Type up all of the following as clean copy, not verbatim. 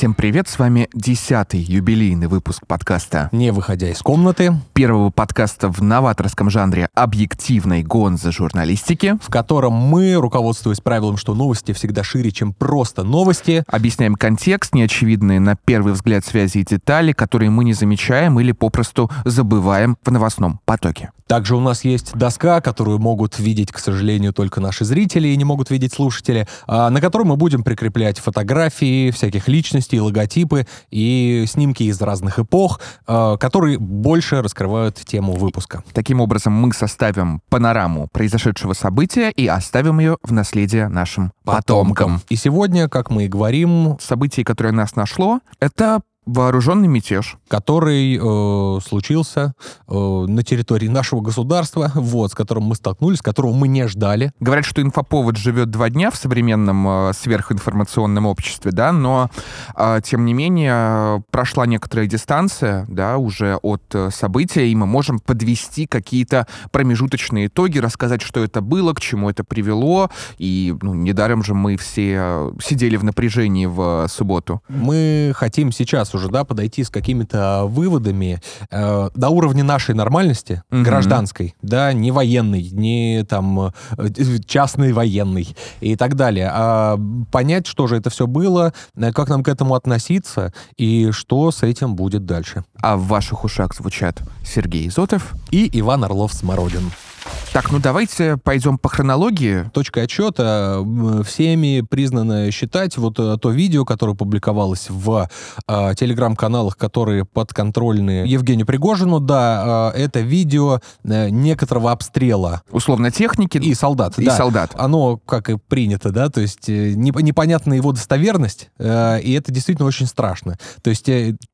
Всем привет, с вами 10-й юбилейный выпуск подкаста «Не выходя из комнаты», первого подкаста в новаторском жанре объективной гонзо-журналистики, в котором мы, руководствуясь правилом, что новости всегда шире, чем просто новости, объясняем контекст, неочевидные на первый взгляд связи и детали, которые мы не замечаем или попросту забываем в новостном потоке. Также у нас есть доска, которую могут видеть, к сожалению, только наши зрители и не могут видеть слушатели, на которой мы будем прикреплять фотографии всяких личностей, логотипы и снимки из разных эпох, которые больше раскрывают тему выпуска. Таким образом, мы составим панораму произошедшего события и оставим ее в наследие нашим потомкам. И сегодня, как мы и говорим, Событие, которое нас нашло, это вооруженный мятеж, который случился на территории нашего государства, с которым мы столкнулись, которого мы не ждали. Говорят, что инфоповод живет 2 дня в современном сверхинформационном обществе, да, но, тем не менее, прошла некоторая дистанция, да, уже от события, и мы можем подвести какие-то промежуточные итоги, рассказать, что это было, к чему это привело, и недаром же мы все сидели в напряжении в субботу. Мы хотим сейчас уже, подойти с какими-то выводами до уровня нашей нормальности, гражданской, не военной, не там частной военной и так далее, а понять, что же это все было, как нам к этому относиться и что с этим будет дальше. А в ваших ушах звучат Сергей Изотов и Иван Орлов-Смородин. Так, давайте пойдем по хронологии. Точкой отсчета всеми признано считать то видео, которое публиковалось в телеграм-каналах, которые подконтрольны Евгению Пригожину. Это видео некоторого обстрела. Условно техники. И солдат. И солдат. Оно, как и принято, то есть непонятна его достоверность, и это действительно очень страшно. То есть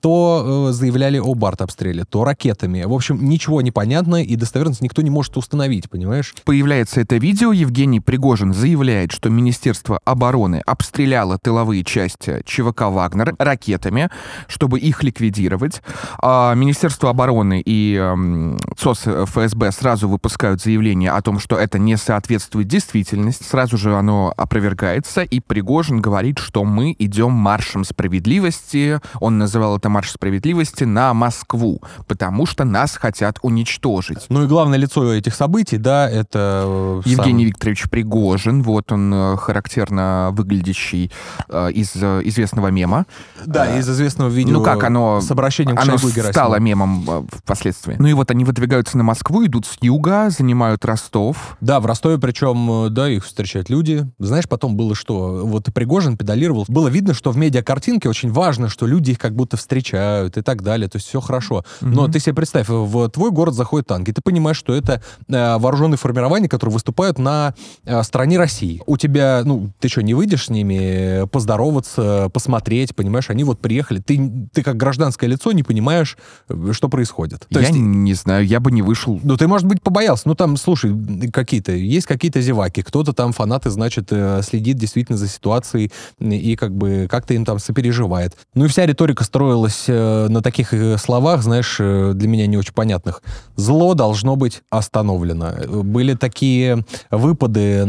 то заявляли об артобстреле, то ракетами. В общем, ничего не понятно, и достоверность никто не может установить, понимаешь? Появляется это видео, Евгений Пригожин заявляет, что Министерство обороны обстреляло тыловые части ЧВК «Вагнер» ракетами, чтобы их ликвидировать. Министерство обороны и ЦОС ФСБ сразу выпускают заявление о том, что это не соответствует действительности. Сразу же оно опровергается, и Пригожин говорит, что мы идем маршем справедливости. Он называл это марш справедливости на Москву, потому что нас хотят уничтожить. Ну и главное лицо этих событий, это Евгений Викторович Пригожин, он характерно выглядящий из известного мема. Да, из известного видео оно с обращением к Шойгу и Герасимову. Стало мемом впоследствии. Они выдвигаются на Москву, идут с юга, занимают Ростов. Да, в Ростове, причем, их встречают люди. Знаешь, потом было что? Пригожин педалировал. Было видно, что в медиакартинке очень важно, что люди их как будто встречают и так далее. То есть все хорошо. Но ты себе представь, в твой город заходят танки. Ты понимаешь, что это вооруженные формирования, которые выступают на стороне России. У тебя, ты что, не выйдешь с ними поздороваться, посмотреть, понимаешь? Они приехали. Ты как гражданское лицо не понимаешь, что происходит. Не знаю, я бы не вышел. Ты, может быть, побоялся. Слушай, есть какие-то зеваки, кто-то там, фанаты, значит, следит действительно за ситуацией и как-то им там сопереживает. И вся риторика строилась на таких словах, знаешь, для меня не очень понятных. Зло должно быть остановлено. Были такие выпады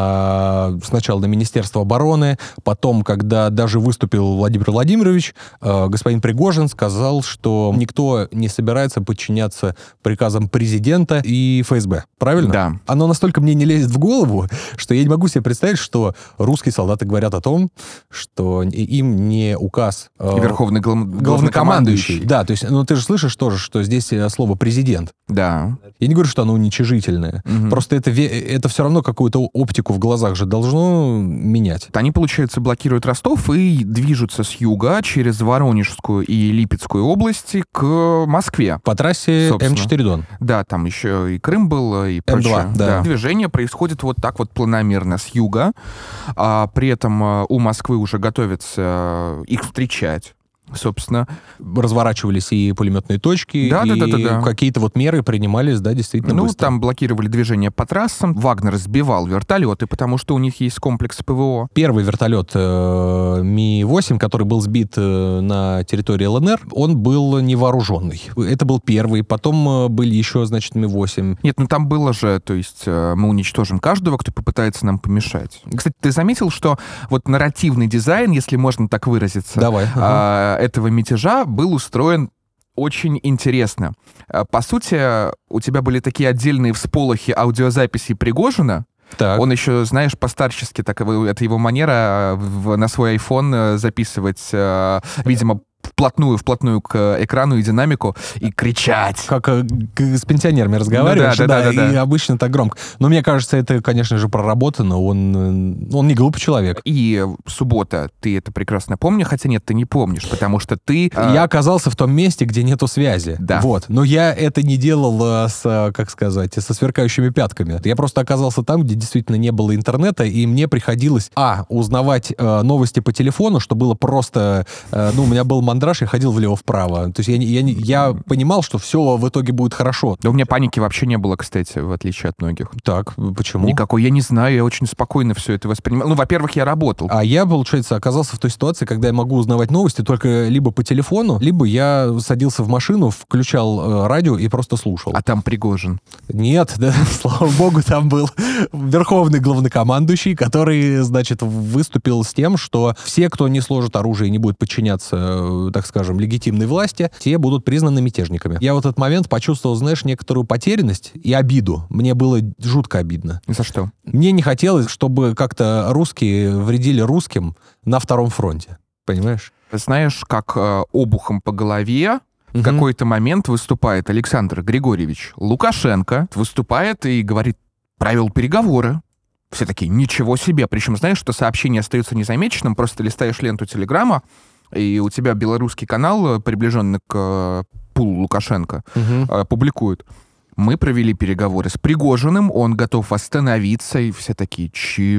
сначала на Министерство обороны, потом, когда даже выступил Владимир Владимирович, господин Пригожин сказал, что никто не собирается подчиняться приказам президента и ФСБ. Правильно? Да. Оно настолько мне не лезет в голову, что я не могу себе представить, что русские солдаты говорят о том, что им не указ... Верховный главнокомандующий. Да, то есть, ты же слышишь тоже, что здесь слово «президент». Да. Я не говорю, что оно уничижительное. Просто это все равно какую-то оптику в глазах же должно менять. Они, получается, блокируют Ростов и движутся с юга через Воронежскую и Липецкую области к Москве. По трассе М4 Дон. Да, там еще и Крым был, и прочее. М2, да. Движение происходит так планомерно с юга. При этом у Москвы уже готовятся их встречать. Собственно. Разворачивались и пулеметные точки, и какие-то вот меры принимались, да, действительно быстро. Там блокировали движение по трассам, Вагнер сбивал вертолеты, потому что у них есть комплекс ПВО. Первый вертолет Ми-8, который был сбит на территории ЛНР, он был невооруженный. Это был первый, потом были еще, значит, Ми-8. Нет, там было же, то есть мы уничтожим каждого, кто попытается нам помешать. Кстати, ты заметил, что вот нарративный дизайн, если можно так выразиться, этого мятежа был устроен очень интересно. По сути, у тебя были такие отдельные всполохи аудиозаписи Пригожина. Так. Он еще, знаешь, постарчески, это его манера на свой iPhone записывать, видимо, вплотную к экрану и динамику и кричать. Как с пенсионерами разговариваешь, да, и обычно так громко. Но мне кажется, это, конечно же, проработано. Он не глупый человек. И суббота, ты это прекрасно помнишь, хотя нет, ты не помнишь, потому что ты... Я оказался в том месте, где нету связи. Да. Вот. Но я это не делал со сверкающими пятками. Я просто оказался там, где действительно не было интернета, и мне приходилось, узнавать новости по телефону, что было просто... у меня был мандраж, я ходил влево-вправо. То есть я понимал, что все в итоге будет хорошо. Да у меня паники вообще не было, кстати, в отличие от многих. Так, почему? Никакой, я не знаю, я очень спокойно все это воспринимал. Во-первых, я работал. А я, получается, оказался в той ситуации, когда я могу узнавать новости только либо по телефону, либо я садился в машину, включал радио и просто слушал. А там Пригожин? Нет, да, слава богу, там был верховный главнокомандующий, который, значит, выступил с тем, что все, кто не сложит оружие и не будет подчиняться, так скажем, легитимной власти, те будут признаны мятежниками. Я в этот момент почувствовал, знаешь, некоторую потерянность и обиду. Мне было жутко обидно. За что? Мне не хотелось, чтобы как-то русские вредили русским на втором фронте. Понимаешь? Знаешь, как обухом по голове в какой-то момент выступает Александр Григорьевич Лукашенко, выступает и говорит, провел переговоры. Все такие, ничего себе. Причем, знаешь, что сообщение остается незамеченным, просто листаешь ленту Телеграма, и у тебя белорусский канал, приближенный к пулу Лукашенко, публикует. Мы провели переговоры с Пригожиным, он готов остановиться, и все такие,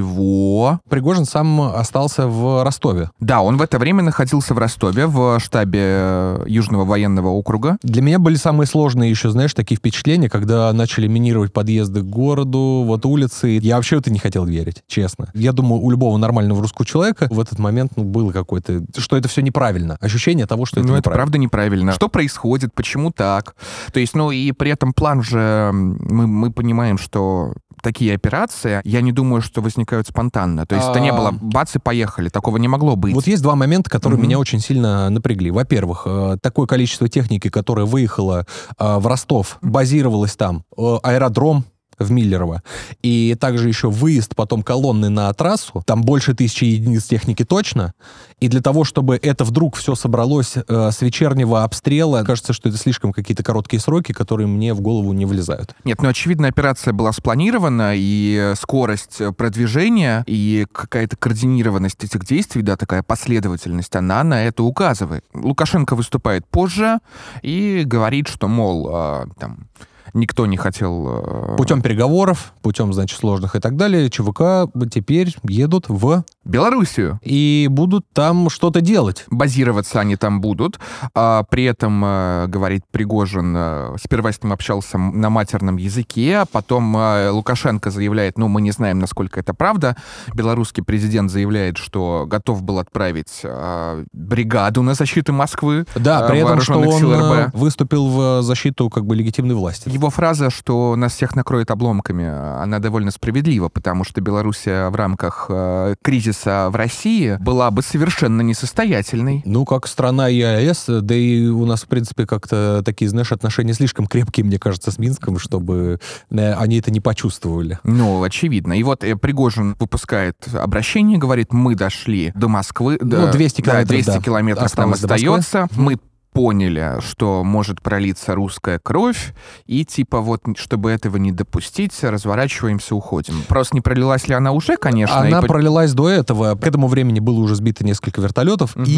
чего? Пригожин сам остался в Ростове. Да, он в это время находился в Ростове, в штабе Южного военного округа. Для меня были самые сложные еще, знаешь, такие впечатления, когда начали минировать подъезды к городу, вот улицы. Я вообще в это не хотел верить, честно. Я думаю, у любого нормального русского человека в этот момент было какое-то, что это все неправильно. Ощущение того, что это неправильно. Это правда неправильно. Что происходит, почему так? То есть, и при этом план же мы понимаем, что такие операции, я не думаю, что возникают спонтанно. То есть это не было бац и поехали. Такого не могло быть. Вот есть два момента, которые меня очень сильно напрягли. Во-первых, такое количество техники, которое выехало в Ростов, базировалось там, аэродром в Миллерово, и также еще выезд потом колонны на трассу, там больше 1000 единиц техники точно, и для того, чтобы это вдруг все собралось с вечернего обстрела, кажется, что это слишком какие-то короткие сроки, которые мне в голову не влезают. Нет, очевидно, операция была спланирована, и скорость продвижения, и какая-то координированность этих действий, да, такая последовательность, она на это указывает. Лукашенко выступает позже и говорит, что, мол, никто не хотел... Путем переговоров, путем, значит, сложных и так далее, ЧВК теперь едут в... Белоруссию. И будут там что-то делать. Базироваться они там будут. При этом, говорит Пригожин, сперва с ним общался на матерном языке, а потом Лукашенко заявляет, мы не знаем, насколько это правда. Белорусский президент заявляет, что готов был отправить бригаду на защиту Москвы. Да, при этом, что он РБ. Выступил в защиту легитимной власти. Его фраза, что нас всех накроет обломками, она довольно справедлива, потому что Белоруссия в рамках кризиса в России была бы совершенно несостоятельной. Как страна ЕАЭС, да и у нас, в принципе, как-то такие, знаешь, отношения слишком крепкие, мне кажется, с Минском, чтобы они это не почувствовали. Очевидно. И вот Пригожин выпускает обращение, говорит, мы дошли до Москвы. 200 километров, 200 километров нам остается. Мы поняли, что может пролиться русская кровь, и чтобы этого не допустить, разворачиваемся, уходим. Просто не пролилась ли она уже, конечно? Она пролилась до этого. К этому времени было уже сбито несколько вертолетов, и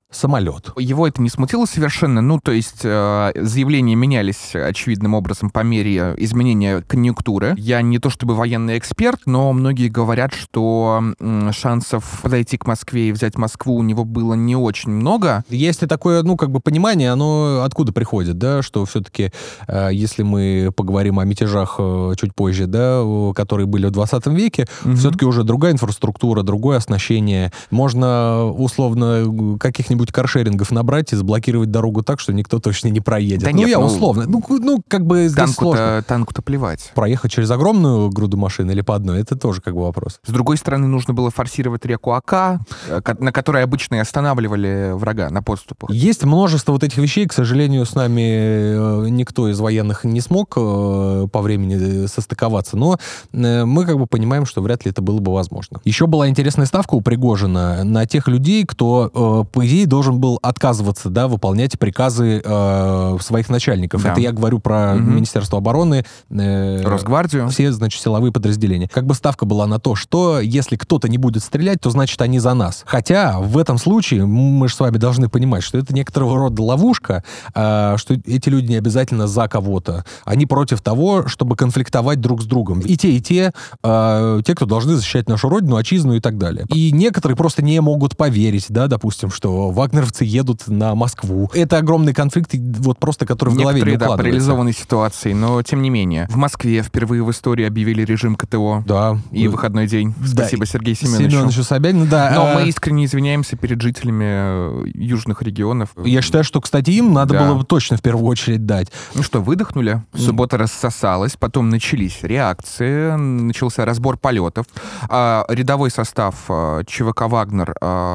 самолет. Его это не смутило совершенно. Ну, то есть заявления менялись очевидным образом по мере изменения конъюнктуры. Я не то чтобы военный эксперт, но многие говорят, что шансов подойти к Москве и взять Москву у него было не очень много. Есть ли такое, понимание, оно откуда приходит, да, что все-таки, если мы поговорим о мятежах чуть позже, да, которые были в 20 веке, все-таки уже другая инфраструктура, другое оснащение. Можно, условно, каких-нибудь каршерингов набрать и заблокировать дорогу так, что никто точно не проедет. Да нет, условно. Здесь сложно. Танку-то плевать. Проехать через огромную груду машин или по одной, это тоже вопрос. С другой стороны, нужно было форсировать реку Ока, на которой обычно и останавливали врага на подступах. Есть множество вот этих вещей, к сожалению, с нами никто из военных не смог по времени состыковаться, но мы понимаем, что вряд ли это было бы возможно. Еще была интересная ставка у Пригожина на тех людей, кто, по идее, должен был отказываться, да, выполнять приказы своих начальников. Да. Это я говорю про Министерство обороны, Росгвардию. все, силовые подразделения. Ставка была на то, что если кто-то не будет стрелять, то значит они за нас. Хотя в этом случае мы же с вами должны понимать, что это некоторого рода ловушка, что эти люди не обязательно за кого-то. Они против того, чтобы конфликтовать друг с другом. И те, кто должны защищать нашу родину, отчизну и так далее. И некоторые просто не могут поверить, да, допустим, что вагнеровцы едут на Москву. Это огромный конфликт, просто который в голове не укладывается. Парализованной ситуации, но тем не менее. В Москве впервые в истории объявили режим КТО. Да. И выходной день. Спасибо, Сергею Семеновичу. Семеновичу Собянину, да. Но мы искренне извиняемся перед жителями южных регионов. Я считаю, что, кстати, им надо было бы точно в первую очередь дать. Ну что, выдохнули, суббота рассосалась, потом начались реакции, начался разбор полетов. Рядовой состав ЧВК «Вагнер»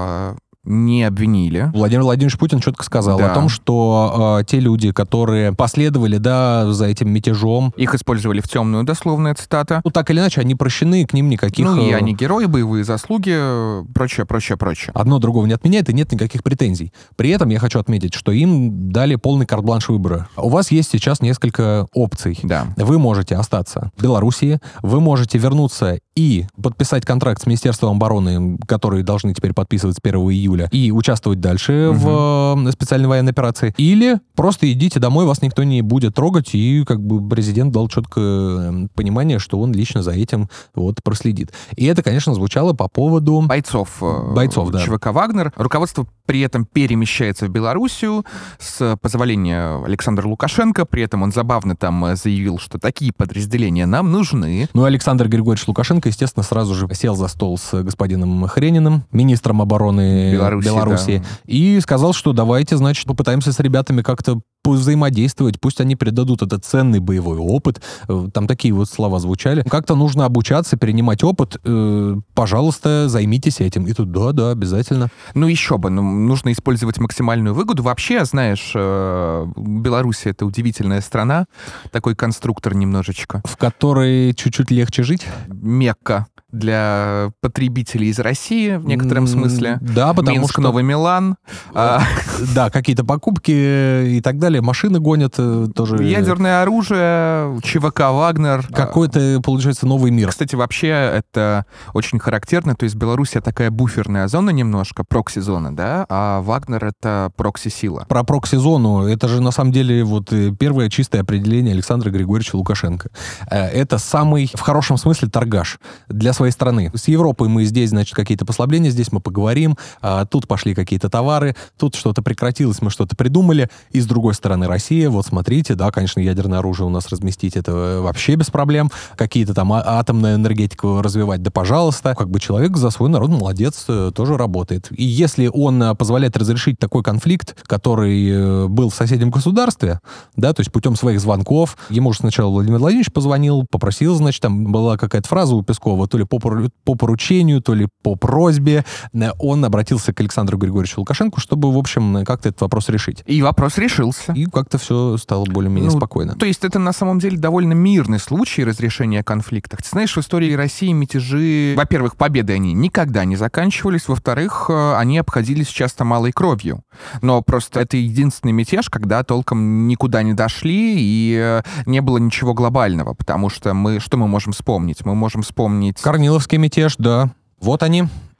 не обвинили. Владимир Владимирович Путин четко сказал Да. о том, что те люди, которые последовали, да, за этим мятежом, Их использовали в темную, дословная цитата. так или иначе, они прощены, к ним никаких... И они герои, боевые заслуги, прочее. Одно другого не отменяет, и нет никаких претензий. При этом я хочу отметить, что им дали полный карт-бланш выбора. У вас есть сейчас несколько опций. Да. Вы можете остаться в Белоруссии, вы можете вернуться и подписать контракт с Министерством обороны, который должны теперь подписывать с 1 июля, и участвовать дальше в специальной военной операции. Или просто идите домой, вас никто не будет трогать, и президент дал четкое понимание, что он лично за этим проследит. И это, конечно, звучало по поводу... Бойцов, да. ЧВК «Вагнер». Руководство при этом перемещается в Белоруссию с позволения Александра Лукашенко. При этом он забавно там заявил, что такие подразделения нам нужны. Ну, Александр Григорьевич Лукашенко, естественно, сразу же сел за стол с господином Хрениным, министром обороны Беларуси, да. И сказал, что давайте, значит, попытаемся с ребятами как-то взаимодействовать, пусть они передадут этот ценный боевой опыт. Там такие слова звучали. Как-то нужно обучаться, перенимать опыт. Пожалуйста, займитесь этим. И тут, да, обязательно. Ну, еще бы. Нужно использовать максимальную выгоду. Вообще, знаешь, Беларусь — это удивительная страна. Такой конструктор немножечко. В которой чуть-чуть легче жить? Мекка для потребителей из России в некотором смысле. Да, потому Минск, что... Новый Милан. Да, какие-то покупки и так далее. Машины гонят тоже. Ядерное оружие, ЧВК «Вагнер». Какой-то, получается, новый мир. Кстати, вообще это очень характерно. То есть Беларусь — такая буферная зона немножко, прокси-зона, да? А «Вагнер» — это прокси-сила. Про прокси-зону. Это же, на самом деле, первое чистое определение Александра Григорьевича Лукашенко. Это самый, в хорошем смысле, торгаш для своей страны. С Европой мы здесь, значит, какие-то послабления, здесь мы поговорим, тут пошли какие-то товары, тут что-то прекратилось, мы что-то придумали, и с другой стороны Россия, смотрите, да, конечно, ядерное оружие у нас разместить, это вообще без проблем, какие-то там атомную энергетику развивать, да пожалуйста. Человек за свой народ молодец, тоже работает. И если он позволяет разрешить такой конфликт, который был в соседнем государстве, да, то есть путем своих звонков, ему же сначала Владимир Владимирович позвонил, попросил, значит, там была какая-то фраза у Пескова, то ли по поручению, то ли по просьбе, он обратился к Александру Григорьевичу Лукашенко, чтобы, в общем, как-то этот вопрос решить. И вопрос решился. И как-то все стало более-менее спокойно. То есть это на самом деле довольно мирный случай разрешения конфликтов. Ты знаешь, в истории России мятежи, во-первых, победы они никогда не заканчивались, во-вторых, они обходились часто малой кровью. Но просто это единственный мятеж, когда толком никуда не дошли и не было ничего глобального, потому что что мы можем вспомнить? Мы можем вспомнить... Корниловский мятеж, да. Вот они.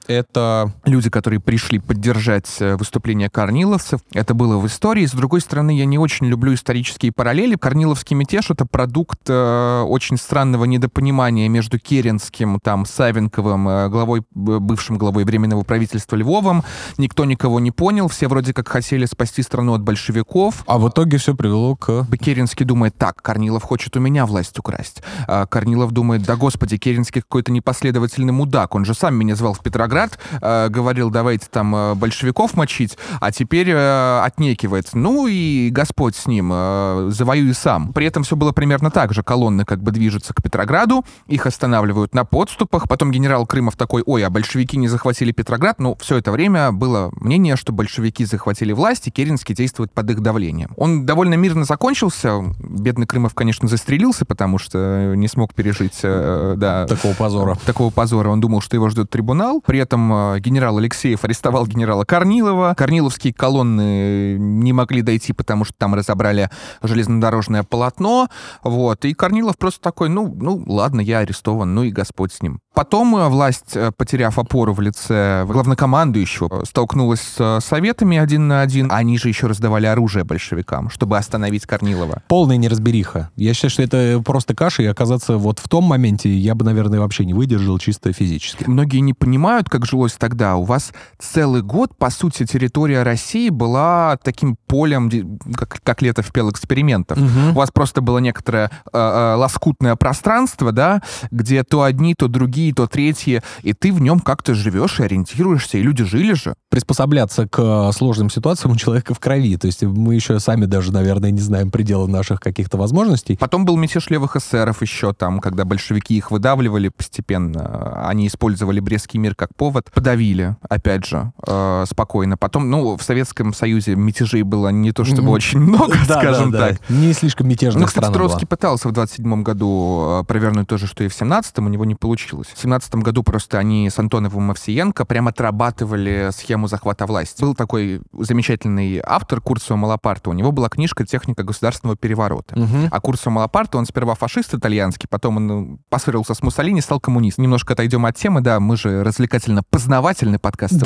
Это люди, которые пришли поддержать выступление корниловцев. Это было в истории. С другой стороны, я не очень люблю исторические параллели. Корниловский мятеж — это продукт очень странного недопонимания между Керенским, Савенковым, бывшим главой Временного правительства Львовым. Никто никого не понял. Все вроде как хотели спасти страну от большевиков. А в итоге все привело к... Керенский думает: так, Корнилов хочет у меня власть украсть. Корнилов думает: да господи, Керенский какой-то непоследовательный мудак. Он же сам меня звал в Петроград, говорил, давайте там большевиков мочить, а теперь отнекивается. Ну и Господь с ним, завоюй сам. При этом все было примерно так же. Колонны как бы движутся к Петрограду, их останавливают на подступах. Потом генерал Крымов такой: ой, а большевики не захватили Петроград. Ну, все это время было мнение, что большевики захватили власть, и Керенский действует под их давлением. Он довольно мирно закончился. Бедный Крымов, конечно, застрелился, потому что не смог пережить такого позора. Такого позора. Он думал, что его ждет трибунал. При этом генерал Алексеев арестовал генерала Корнилова. Корниловские колонны не могли дойти, потому что там разобрали железнодорожное полотно. Вот. И Корнилов просто такой: ну ладно, я арестован, ну и Господь с ним. Потом власть, потеряв опору в лице главнокомандующего, столкнулась с советами 1 на 1. Они же еще раздавали оружие большевикам, чтобы остановить Корнилова. Полная неразбериха. Я считаю, что это просто каша, и оказаться вот в том моменте я бы, наверное, вообще не выдержал чисто физически. Многие не понимают, как жилось тогда. У вас целый год, по сути, территория России была таким полем, как Летов пел, экспериментов. У вас просто было некоторое лоскутное пространство, да, где то одни, то другие, то третьи, и ты в нем как-то живешь и ориентируешься, и люди жили же. Приспосабляться к сложным ситуациям у человека в крови. То есть мы еще сами даже, наверное, не знаем предела наших каких-то возможностей. Потом был мятеж левых эсеров еще там, когда большевики их выдавливали постепенно. Они использовали Брестский мир как повод. Подавили, опять же, спокойно. Потом, в Советском Союзе мятежей было не то чтобы очень много, скажем так. Не слишком мятежная страна была. Троцкий пытался в 27-м году провернуть то же, что и в 17-м, у него не получилось. В 17-м году просто они с Антоновым и Овсиенко прям отрабатывали схему захвата власти. Был такой замечательный автор Курцио Малапарте. У него была книжка «Техника государственного переворота». А Курцио Малапарте, он сперва фашист итальянский, потом он поссорился с Муссолини, стал коммунистом. Немножко отойдем от темы, да, мы же развлекательно-познавательный подкаст.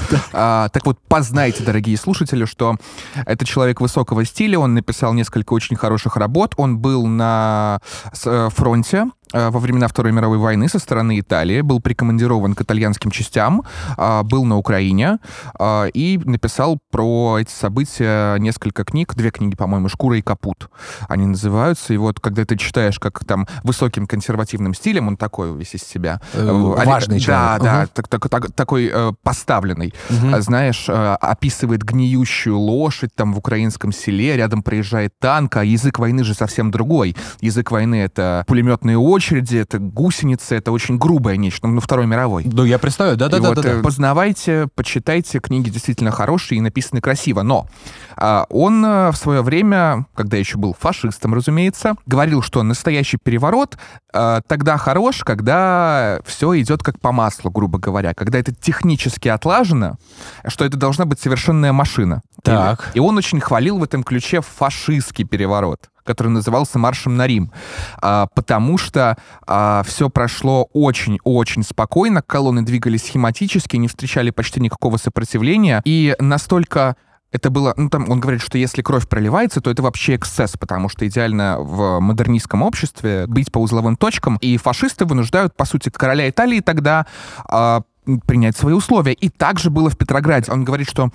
Так вот, познайте, дорогие слушатели, что это человек высокого стиля, он написал несколько очень хороших работ, он был на фронте во времена Второй мировой войны со стороны Италии, был прикомандирован к итальянским частям, был на Украине и написал про эти события несколько книг, 2 книги, по-моему, «Шкура» и «Капут» они называются. И вот, когда ты читаешь, как там высоким консервативным стилем, он такой весь из себя. Важный человек. Да, такой поставленный. Знаешь, описывает гниющую лошадь там в украинском селе, рядом проезжает танк, а язык войны же совсем другой. Язык войны — это пулеметные очереди, это гусеницы, это очень грубое нечто, Второй мировой. Да, я представляю, да. Познавайте, почитайте, книги действительно хорошие и написаны красиво, но он в свое время, когда еще был фашистом, разумеется, говорил, что настоящий переворот тогда хорош, когда все идет как по маслу, грубо говоря, когда это технически отлажено, что это должна быть совершенная машина. Так. И он очень хвалил в этом ключе фашистский переворот, который назывался «Маршем на Рим», потому что все прошло очень-очень спокойно, колонны двигались схематически, не встречали почти никакого сопротивления, и настолько это было... там он говорит, что если кровь проливается, то это вообще эксцесс, потому что идеально в модернистском обществе бить по узловым точкам, и фашисты вынуждают, по сути, короля Италии тогда принять свои условия. И так же было в Петрограде. Он говорит, что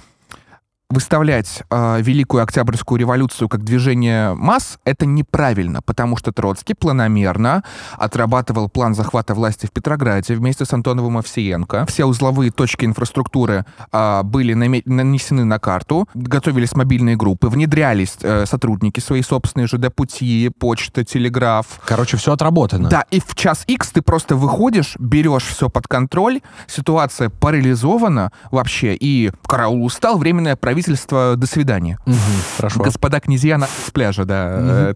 выставлять Великую Октябрьскую революцию как движение масс — это неправильно, потому что Троцкий планомерно отрабатывал план захвата власти в Петрограде вместе с Антоновым и Овсиенко. Все узловые точки инфраструктуры были нанесены на карту, готовились мобильные группы, внедрялись сотрудники свои собственные, ЖД-пути, почта, телеграф. Короче, все отработано. Да, и в час X ты просто выходишь, берешь все под контроль, ситуация парализована вообще, и караул устал, временное правительство правительство «до свидания». Хорошо. Господа князья с пляжа, да.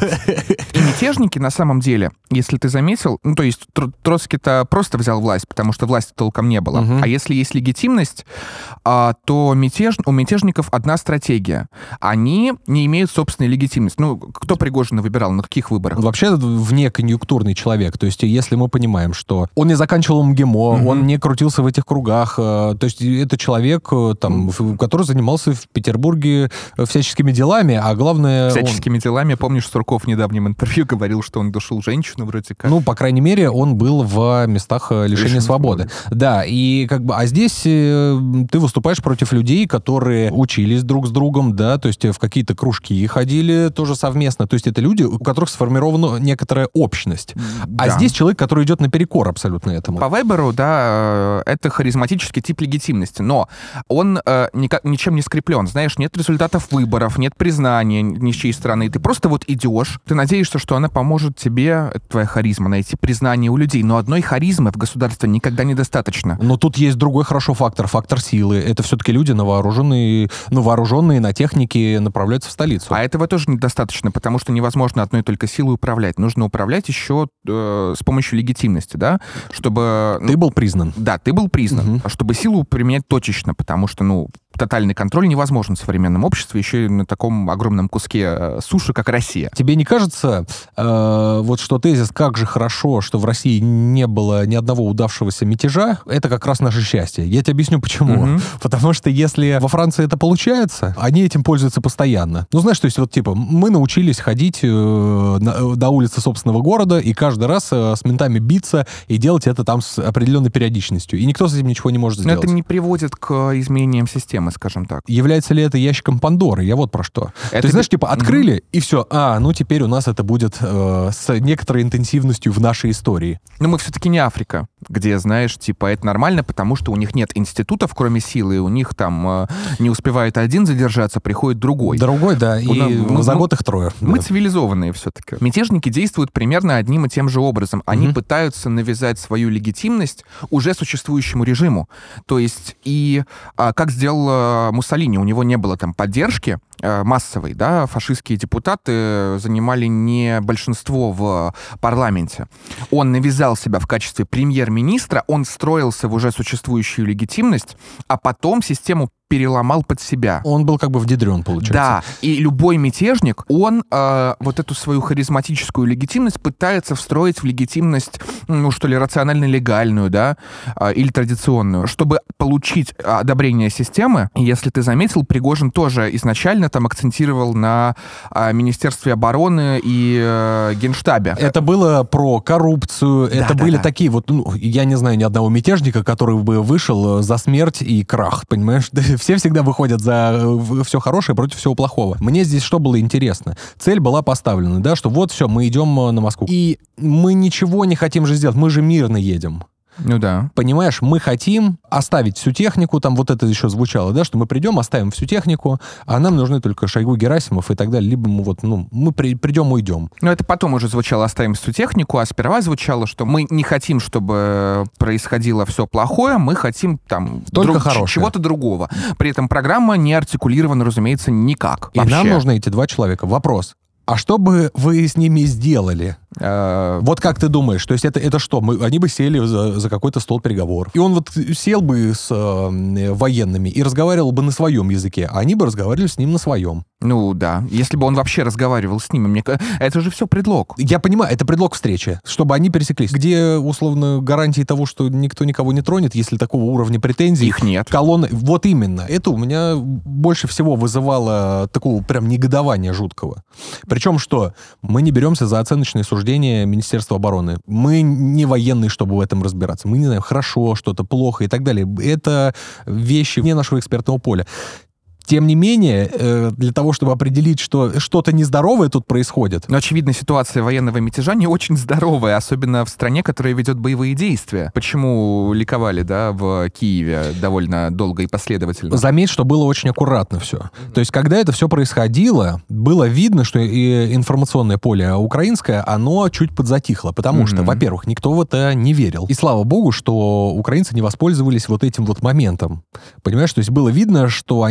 И мятежники, на самом деле, если ты заметил, то есть Троцкий-то просто взял власть, потому что власти толком не было. А если есть легитимность, то у мятежников одна стратегия. Они не имеют собственной легитимности. Кто Пригожина выбирал? На каких выборах? Вообще вне конъюнктурный человек. То есть если мы понимаем, что он не заканчивал МГИМО, он не крутился в этих кругах, то есть это человек, который занимался в Петербурге всяческими делами, а главное... Всяческими делами. Помнишь, Сурков в недавнем интервью говорил, что он душил женщину вроде как? По крайней мере, он был в местах лишения свободы. Да, и а здесь ты выступаешь против людей, которые учились друг с другом, да, то есть в какие-то кружки ходили тоже совместно. То есть это люди, у которых сформирована некоторая общность. Да. А здесь человек, который идет наперекор абсолютно этому. По Веберу, да, это харизматический тип легитимности, но он ничем не скреплен. Знаешь, нет результатов выборов, нет признания ни с чьей стороны. Ты просто идешь, ты надеешься, что она поможет тебе, твоя харизма, найти признание у людей. Но одной харизмы в государстве никогда недостаточно. Но тут есть другой хорошо фактор силы. Это все-таки люди вооруженные на технике направляются в столицу. А этого тоже недостаточно, потому что невозможно одной только силой управлять. Нужно управлять еще с помощью легитимности, да, чтобы... Ты был признан. Да, ты был признан. Чтобы силу применять точечно, потому что, тотальный контроль невозможен в современном обществе, еще и на таком огромном куске суши, как Россия. Тебе не кажется, что тезис «как же хорошо, что в России не было ни одного удавшегося мятежа», это как раз наше счастье? Я тебе объясню, почему. Потому что если во Франции это получается, они этим пользуются постоянно. Знаешь, то есть мы научились ходить на улицы собственного города и каждый раз с ментами биться и делать это там с определенной периодичностью. И никто с этим ничего не может сделать. Но это не приводит к изменениям системы, скажем так. Является ли это ящиком Пандоры? Я вот про что. То есть, знаешь, открыли, и все. Теперь у нас это будет с некоторой интенсивностью в нашей истории. Но мы все-таки не Африка, где, знаешь, это нормально, потому что у них нет институтов, кроме силы, и у них там не успевает один задержаться, приходит другой. Другой, да, и за год их трое. Мы цивилизованные все-таки. Мятежники действуют примерно одним и тем же образом. Они пытаются навязать свою легитимность уже существующему режиму. То есть, как сделал Муссолини, у него не было там поддержки массовой, да, фашистские депутаты занимали не большинство в парламенте. Он навязал себя в качестве премьер-министра, он встроился в уже существующую легитимность, а потом систему переломал под себя. Он был внедрен, получается. Да, и любой мятежник, он эту свою харизматическую легитимность пытается встроить в легитимность, рационально-легальную, да, или традиционную. Чтобы получить одобрение системы, если ты заметил, Пригожин тоже изначально там акцентировал на Министерстве обороны и Генштабе. Это было про коррупцию, это были такие я не знаю ни одного мятежника, который бы вышел за смерть и крах, понимаешь? Все всегда выходят за все хорошее против всего плохого. Мне здесь что было интересно? Цель была поставлена, да, что все, мы идем на Москву. И мы ничего не хотим же сделать, мы же мирно едем. Да. Понимаешь, мы хотим оставить всю технику, там это еще звучало, да, что мы придем, оставим всю технику, а нам нужны только Шойгу, Герасимов и так далее, либо мы придем, уйдем. Но это потом уже звучало «оставим всю технику», а сперва звучало, что мы не хотим, чтобы происходило все плохое, мы хотим только чего-то другого. При этом программа не артикулирована, разумеется, никак. И нам нужны эти два человека. Вопрос. А что бы вы с ними сделали? Вот как ты думаешь? То есть это что? Они бы сели за какой-то стол переговоров. И он сел бы с военными и разговаривал бы на своем языке, а они бы разговаривали с ним на своем. Да. Если бы он вообще разговаривал с ними, это же все предлог. Я понимаю, это предлог встречи, чтобы они пересеклись. Где, условно, гарантии того, что никто никого не тронет, если такого уровня претензий? Их нет. Колонны. Вот именно. Это у меня больше всего вызывало такого прям негодования жуткого. Причем что? Мы не беремся за оценочные суждения Министерства обороны. Мы не военные, чтобы в этом разбираться. Мы не знаем, хорошо, что-то плохо и так далее. Это вещи вне нашего экспертного поля. Тем не менее, для того, чтобы определить, что что-то нездоровое тут происходит... Но, очевидно, ситуация военного мятежа не очень здоровая, особенно в стране, которая ведет боевые действия. Почему ликовали, да, в Киеве довольно долго и последовательно? Заметь, что было очень аккуратно все. То есть, когда это все происходило, было видно, что и информационное поле украинское, оно чуть подзатихло, потому что, во-первых, никто в это не верил. И слава богу, что украинцы не воспользовались этим моментом. Понимаешь, то есть было видно, что они не решили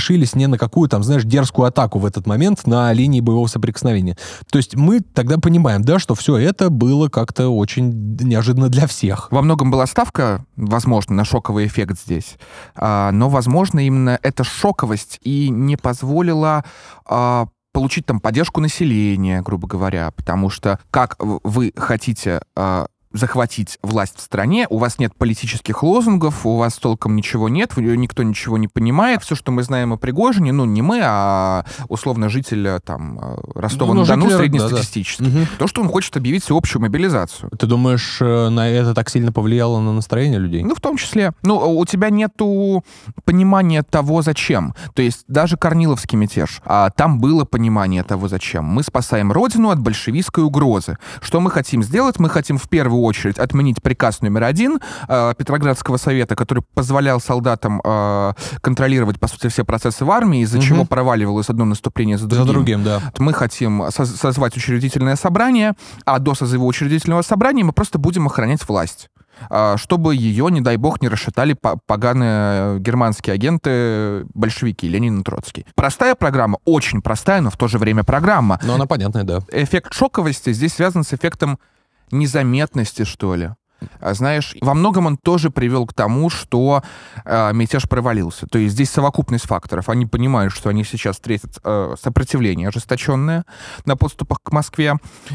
решились ни на какую, там, знаешь, дерзкую атаку в этот момент на линии боевого соприкосновения. То есть мы тогда понимаем, да, что все это было как-то очень неожиданно для всех. Во многом была ставка, возможно, на шоковый эффект здесь, но, возможно, именно эта шоковость и не позволила получить там поддержку населения, грубо говоря, потому что как вы хотите захватить власть в стране, у вас нет политических лозунгов, у вас толком ничего нет, никто ничего не понимает. Все, что мы знаем о Пригожине, ну, не мы, а условно житель там Ростова-на-Дону, среднестатистический. Да. То, что он хочет объявить всеобщую мобилизацию. Ты думаешь, на это так сильно повлияло на настроение людей? Ну, в том числе. Ну, у тебя нету понимания того, зачем. То есть даже Корниловский мятеж, там было понимание того, зачем. Мы спасаем Родину от большевистской угрозы. Что мы хотим сделать? Мы хотим в первую очередь отменить приказ номер 1 Петроградского совета, который позволял солдатам контролировать, по сути, все процессы в армии, из-за чего проваливалось одно наступление за другим. Да. Мы хотим созвать учредительное собрание, а до созыва учредительного собрания мы просто будем охранять власть, чтобы ее, не дай бог, не расшатали поганые германские агенты, большевики, Ленин и Троцкий. Простая программа, очень простая, но в то же время программа. Но она понятная, да. Эффект шоковости здесь связан с эффектом незаметности, что ли. Знаешь, во многом он тоже привел к тому, что мятеж провалился. То есть здесь совокупность факторов. Они понимают, что они сейчас встретят сопротивление ожесточенное на подступах к Москве.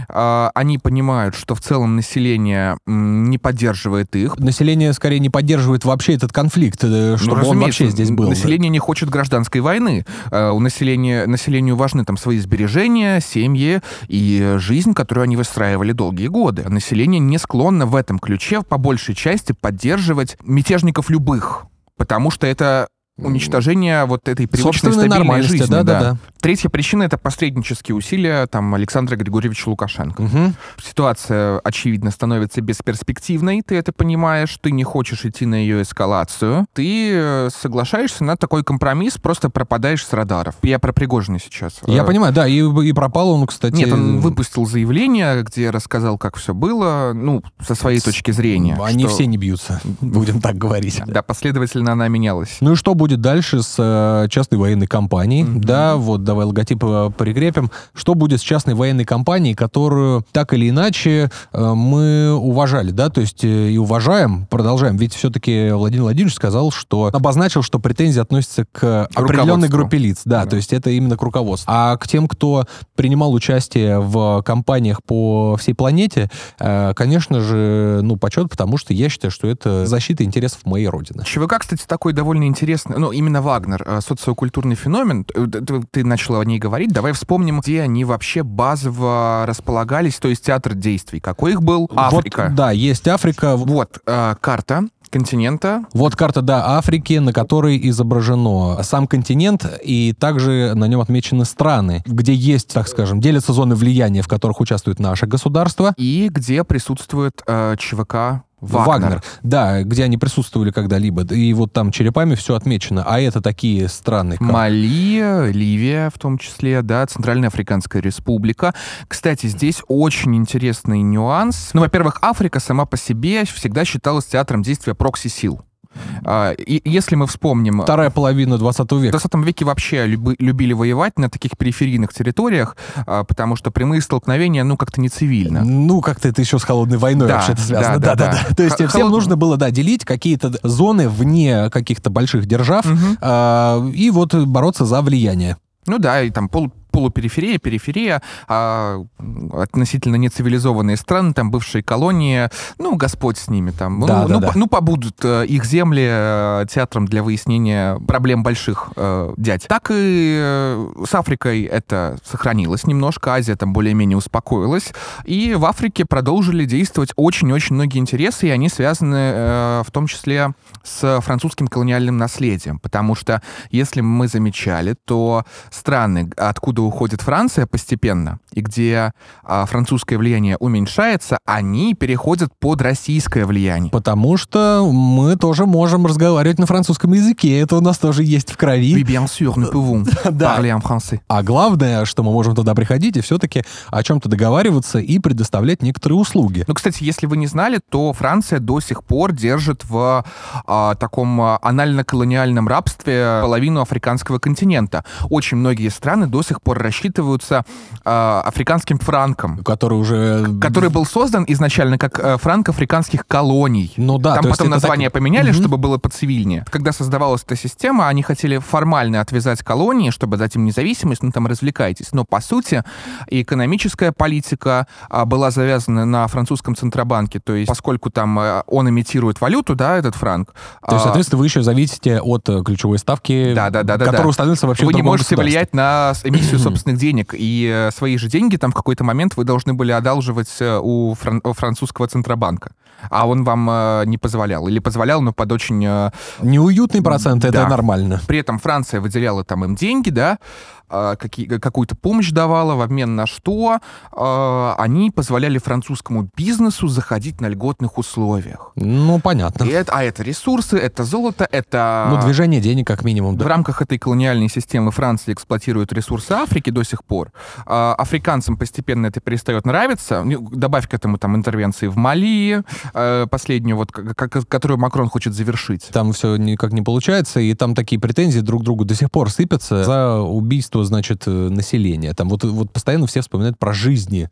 Они понимают, что в целом население не поддерживает их. Население, скорее, не поддерживает вообще этот конфликт, чтобы он вообще здесь был. Население не хочет гражданской войны. Населению важны там свои сбережения, семьи и жизнь, которую они выстраивали долгие годы. Население не склонно в этом ключе по большей части поддерживать мятежников любых, потому что это уничтожение вот этой привычной стабильной жизни. Да. Третья причина — это посреднические усилия там Александра Григорьевича Лукашенко. Ситуация, очевидно, становится бесперспективной, ты это понимаешь, ты не хочешь идти на ее эскалацию, ты соглашаешься на такой компромисс, просто пропадаешь с радаров. Я про Пригожина сейчас. Я понимаю, да, и пропал он, кстати... Нет, он выпустил заявление, где рассказал, как все было, ну, со своей точки зрения. Они все не бьются, будем так говорить. Да, последовательно она менялась. Ну и что будет дальше с частной военной компанией? Да, вот давай логотип прикрепим. Что будет с частной военной компанией, которую так или иначе мы уважали, да, то есть и уважаем, продолжаем. Ведь все-таки Владимир Владимирович сказал, что обозначил, что претензии относятся к определенной группе лиц. Да, то есть это именно к руководству. А к тем, кто принимал участие в кампаниях по всей планете, конечно же, ну, почет, потому что я считаю, что это защита интересов моей родины. ЧВК, кстати, такой довольно интересный, ну, именно Вагнер, социокультурный феномен, ты начал о ней говорить, давай вспомним, где они вообще базово располагались, то есть театр действий. Какой их был? Африка. Вот, да, есть Африка. Вот, карта континента. Вот карта, да, Африки, на которой изображено сам континент, и также на нем отмечены страны, где есть, так скажем, делятся зоны влияния, в которых участвует наше государство. И где присутствует ЧВК Вагнер. Да, где они присутствовали когда-либо. И вот там черепами все отмечено. А это такие страны, как... Мали, Ливия в том числе, да, Центральная Африканская Республика. Кстати, здесь очень интересный нюанс. Ну, во-первых, Африка сама по себе всегда считалась театром действия прокси-сил. И если мы вспомним... Вторая половина 20 века. В 20 веке вообще любили воевать на таких периферийных территориях, потому что прямые столкновения, ну, как-то не цивильно. Ну, как-то это еще с холодной войной вообще-то связано. Да. То есть всем нужно было, да, делить какие-то зоны вне каких-то больших держав и вот бороться за влияние. Ну да, и там полупериферия, периферия, относительно нецивилизованные страны, там бывшие колонии, ну, Господь с ними там. Ну, побудут их земли театром для выяснения проблем больших дядь. Так и с Африкой это сохранилось немножко, Азия там более-менее успокоилась, и в Африке продолжили действовать очень-очень многие интересы, и они связаны в том числе с французским колониальным наследием, потому что, если мы замечали, то страны, откуда уходит Франция постепенно, и где французское влияние уменьшается, они переходят под российское влияние. Потому что мы тоже можем разговаривать на французском языке. Это у нас тоже есть в крови. Oui, bien sûr, nous pouvons parler en français. А главное, что мы можем туда приходить и все-таки о чем-то договариваться и предоставлять некоторые услуги. Ну, кстати, если вы не знали, то Франция до сих пор держит в таком анально-колониальном рабстве половину африканского континента. Очень многие страны до сих пор рассчитываются африканским франком. Который был создан изначально как франк африканских колоний. Ну да. Там потом название поменяли, чтобы было поцивильнее. Когда создавалась эта система, они хотели формально отвязать колонии, чтобы дать им независимость, ну там развлекайтесь. Но, по сути, экономическая политика была завязана на французском Центробанке. То есть, поскольку там он имитирует валюту, да, этот франк. То есть, соответственно, вы еще зависите от ключевой ставки, которая установится вообще в другом государстве. Вы не можете влиять на эмиссию собственных денег. И свои же деньги там в какой-то момент вы должны были одалживать у французского Центробанка. А он вам не позволял. Или позволял, но под очень... Неуютный процент, это нормально. При этом Франция выделяла там им деньги, да, какую-то помощь давала, в обмен на что они позволяли французскому бизнесу заходить на льготных условиях. Ну, понятно. Это ресурсы, это золото, это... Ну, движение денег, как минимум. Да. В рамках этой колониальной системы Франция эксплуатирует ресурсы Африки до сих пор. Африканцам постепенно это перестает нравиться. Добавь к этому там интервенции в Мали, последнюю, вот, которую Макрон хочет завершить. Там все никак не получается, и там такие претензии друг к другу до сих пор сыпятся за убийство, значит, населения. Там вот постоянно все вспоминают про жизни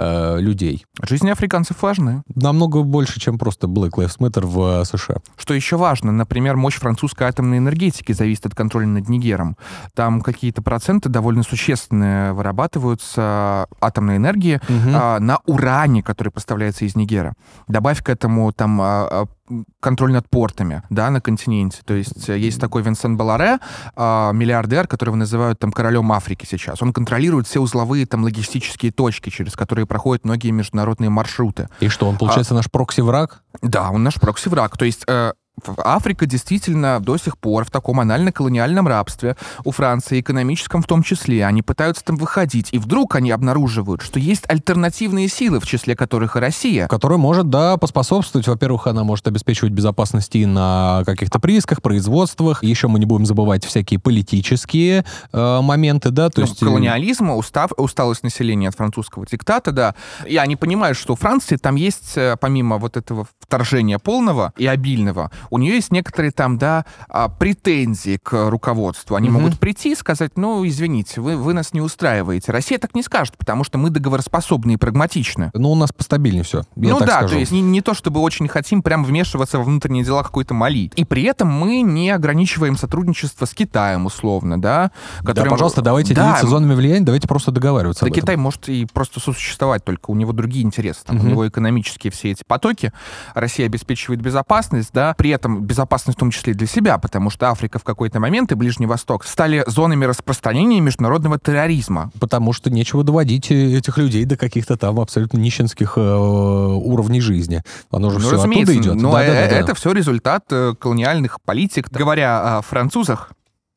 людей. Жизни африканцев важны. Намного больше, чем просто Black Lives Matter в США. Что еще важно, например, мощь французской атомной энергетики зависит от контроля над Нигером. Там какие-то проценты довольно существенные вырабатываются атомной энергии на уране, который поставляется из Нигера. Добавь к этому там контроль над портами, да, на континенте. То есть такой Винсент Боларе, миллиардер, которого называют там королем Африки сейчас. Он контролирует все узловые там логистические точки, через которые проходят многие международные маршруты. И что, он, получается, наш прокси-враг? Да, он наш прокси-враг. То есть Африка действительно до сих пор в таком анально-колониальном рабстве, у Франции, экономическом в том числе. Они пытаются там выходить, и вдруг они обнаруживают, что есть альтернативные силы, в числе которых и Россия. Которая может, да, поспособствовать. Во-первых, она может обеспечивать безопасность и на каких-то приисках, производствах. Еще мы не будем забывать всякие политические моменты, да. То есть колониализм, усталость населения от французского диктата, да. И они понимают, что у Франции там есть, помимо вот этого вторжения полного и обильного, у нее есть некоторые там, да, претензии к руководству. Они могут прийти и сказать, ну, извините, вы нас не устраиваете. Россия так не скажет, потому что мы договороспособны и прагматичны. Ну, у нас постабильнее все, я так скажу. То есть не то, чтобы очень хотим прям вмешиваться во внутренние дела какой-то Мали. И при этом мы не ограничиваем сотрудничество с Китаем, условно, да. Да, пожалуйста, давайте делиться зонами влияния, давайте просто договариваться об этом. Китай может и просто сосуществовать, только у него другие интересы. Там, у него экономические все эти потоки. Россия обеспечивает безопасность, да, при этом безопасность в том числе и для себя, потому что Африка в какой-то момент и Ближний Восток стали зонами распространения международного терроризма. Потому что нечего доводить этих людей до каких-то там абсолютно нищенских уровней жизни. Оно же все оттуда идет. Но это все результат колониальных политик. Говоря о французах,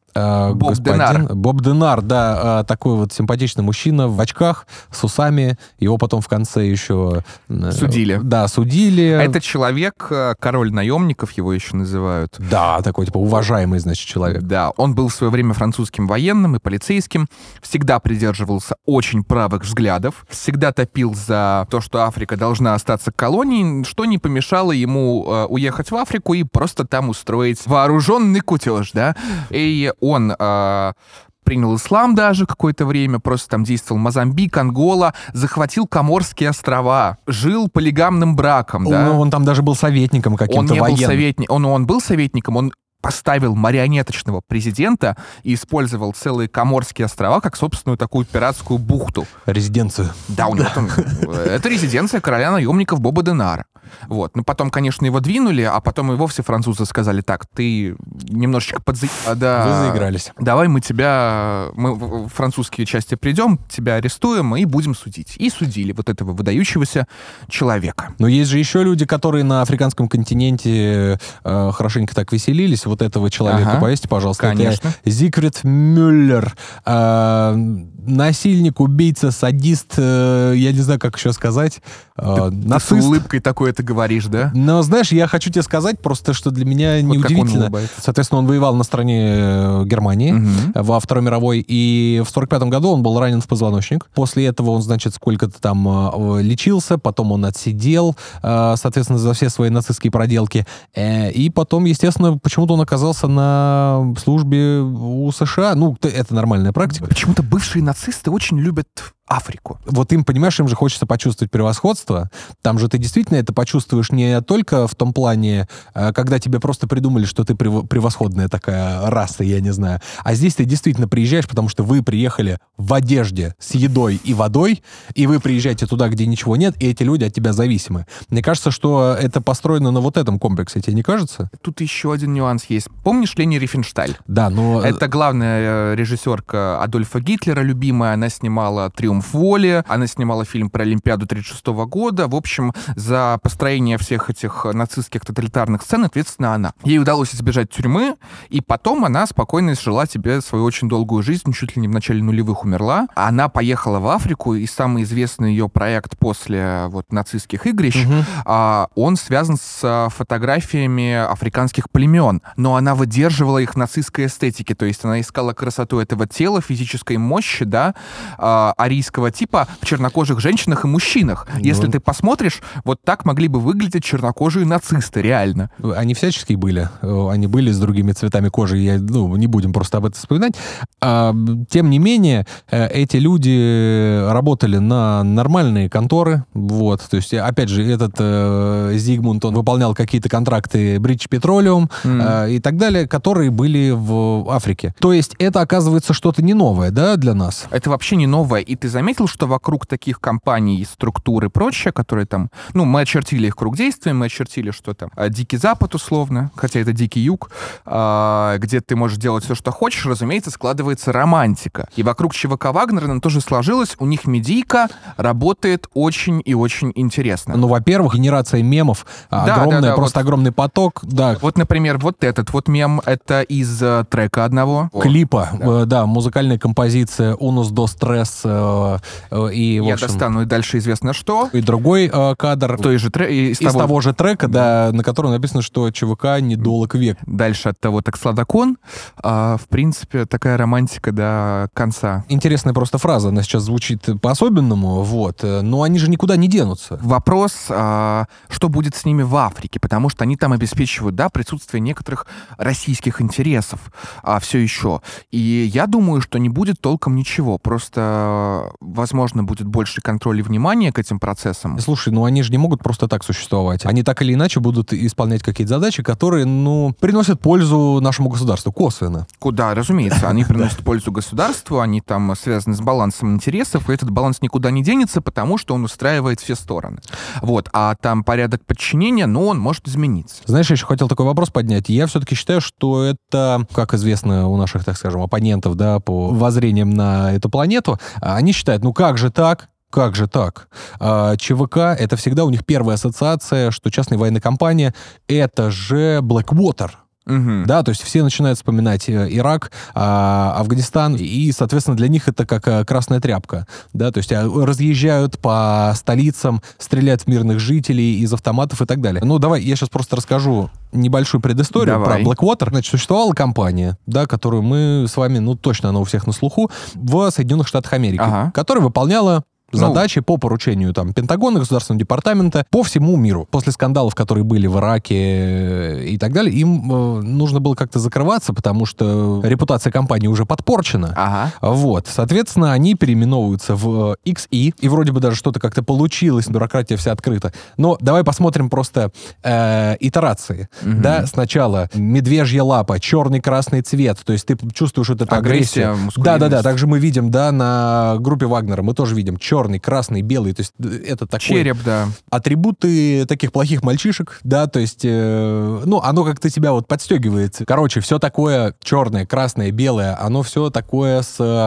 Боб Денар, да, такой вот симпатичный мужчина в очках, с усами. Его потом в конце еще... Судили. Да, судили. Это человек, король наемников его еще называют. Да, такой, типа, уважаемый, значит, человек. Да, он был в свое время французским военным и полицейским, всегда придерживался очень правых взглядов, всегда топил за то, что Африка должна остаться колонией, что не помешало ему уехать в Африку и просто там устроить вооруженный кутеж, да. И он принял ислам даже какое-то время, просто там действовал Мозамбик, Ангола, захватил Коморские острова, жил полигамным браком, да. Он там даже был советником каким-то военным. Он был советником, он поставил марионеточного президента и использовал целые Коморские острова как собственную такую пиратскую бухту. Резиденцию. Да, у него там... Это резиденция короля наемников Боба Денара. Вот. Ну, потом, конечно, его двинули, а потом и вовсе французы сказали, так, ты немножечко Вы заигрались. Давай мы в французские части придем, тебя арестуем и будем судить. И судили вот этого выдающегося человека. Но есть же еще люди, которые на африканском континенте хорошенько так веселились. вот этого человека повесьте, пожалуйста. Конечно. Это Зигфрид Мюллер. Насильник, убийца, садист, я не знаю, как еще сказать. Нацист. Ты с улыбкой такой это говоришь, да? Но, знаешь, я хочу тебе сказать просто, что для меня вот неудивительно. Соответственно, он воевал на стороне Германии во Второй мировой, и в 1945 году он был ранен в позвоночник. После этого он, значит, сколько-то там лечился, потом он отсидел, соответственно, за все свои нацистские проделки. И потом, естественно, почему-то он оказался на службе у США. Ну, это нормальная практика. Почему-то бывшие нацисты очень любят Африку. Вот им, понимаешь, им же хочется почувствовать превосходство. Там же ты действительно это почувствуешь не только в том плане, когда тебе просто придумали, что ты превосходная такая раса, я не знаю. А здесь ты действительно приезжаешь, потому что вы приехали в одежде с едой и водой, и вы приезжаете туда, где ничего нет, и эти люди от тебя зависимы. Мне кажется, что это построено на вот этом комплексе. Тебе не кажется? Тут еще один нюанс есть. Помнишь Лени Рифеншталь? Да, но... Это главная режиссерка Адольфа Гитлера, любимая. Она снимала «Триумф воли», она снимала фильм про Олимпиаду 1936 года. В общем, за построение всех этих нацистских тоталитарных сцен ответственна она. Ей удалось избежать тюрьмы, и потом она спокойно жила себе свою очень долгую жизнь, чуть ли не в начале нулевых умерла. Она поехала в Африку, и самый известный ее проект после вот нацистских игрищ, он связан с фотографиями африканских племен, но она выдерживала их нацистской эстетики, то есть она искала красоту этого тела, физической мощи, да, арийского типа в чернокожих женщинах и мужчинах. Если ты посмотришь, вот так могли бы выглядеть чернокожие нацисты, реально. Они всяческие были. Они были с другими цветами кожи, не будем просто об этом вспоминать. Тем не менее, эти люди работали на нормальные конторы, вот, то есть, опять же, этот Зигмунд, он выполнял какие-то контракты British Petroleum и так далее, которые были в Африке. То есть, это, оказывается, что-то не новое, да, для нас? Это вообще не новое, и ты заметил, что вокруг таких компаний, структур и прочее, которые там, мы очертили их круг действия, мы очертили, что там Дикий Запад, условно, хотя это Дикий Юг, где ты можешь делать все, что хочешь, разумеется, складывается романтика. И вокруг ЧВК Вагнера нам тоже сложилось, у них медийка работает очень и очень интересно. Ну, во-первых, генерация мемов, огромная, просто огромный поток, да. Вот, например, вот этот вот мем, это из трека одного. Клипа, да, музыкальная композиция «Унус до стресс», и, в общем... Я достану и дальше известно что. И другой кадр из того же трека, да, на котором написано, что ЧВК недолг век. Дальше от того так сладокон. В принципе, такая романтика до конца. Интересная просто фраза, она сейчас звучит по-особенному, вот, но они же никуда не денутся. Вопрос, что будет с ними в Африке, потому что они там обеспечивают, да, присутствие некоторых российских интересов все еще. И я думаю, что не будет толком ничего, просто, возможно, будет больше контроля и внимания к этим процессам. Слушай, они же не могут просто так существовать. Они так или иначе будут исполнять какие-то задачи, которые, приносят пользу нашему государству, косвенно. Куда, разумеется, они приносят пользу государству, они там связаны с балансом интересов, и этот баланс никуда не денется, потому что он устраивает все стороны. Вот, а там порядок подчинения, он может измениться. Знаешь, я еще хотел такой вопрос поднять. Я все-таки считаю, что это, как известно у наших, так скажем, оппонентов, да, по воззрениям на эту планету, они считают, как же так? Как же так? ЧВК — это всегда у них первая ассоциация, что частная военная компания — это же Blackwater. Да, то есть все начинают вспоминать Ирак, Афганистан, и, соответственно, для них это как красная тряпка, да, то есть разъезжают по столицам, стреляют в мирных жителей из автоматов и так далее. Давай, я сейчас просто расскажу небольшую предысторию про Blackwater. Значит, существовала компания, да, которую мы с вами, точно она у всех на слуху, в Соединенных Штатах Америки, которая выполняла задачи по поручению Пентагона, Государственного департамента по всему миру. После скандалов, которые были в Ираке и так далее, им нужно было как-то закрываться, потому что репутация компании уже подпорчена. Вот. Соответственно, они переименовываются в XE, и вроде бы даже что-то как-то получилось, бюрократия вся открыта. Но давай посмотрим просто итерации. Да, сначала медвежья лапа, черный, красный цвет, то есть ты чувствуешь вот эту агрессию. Да. Также мы видим, да, на группе Вагнера, мы тоже видим черный, черный, красный, белый, то есть это такой... Череп, да. Атрибуты таких плохих мальчишек, да, то есть, оно как-то тебя вот подстегивает. Короче, все такое черное, красное, белое, оно все такое с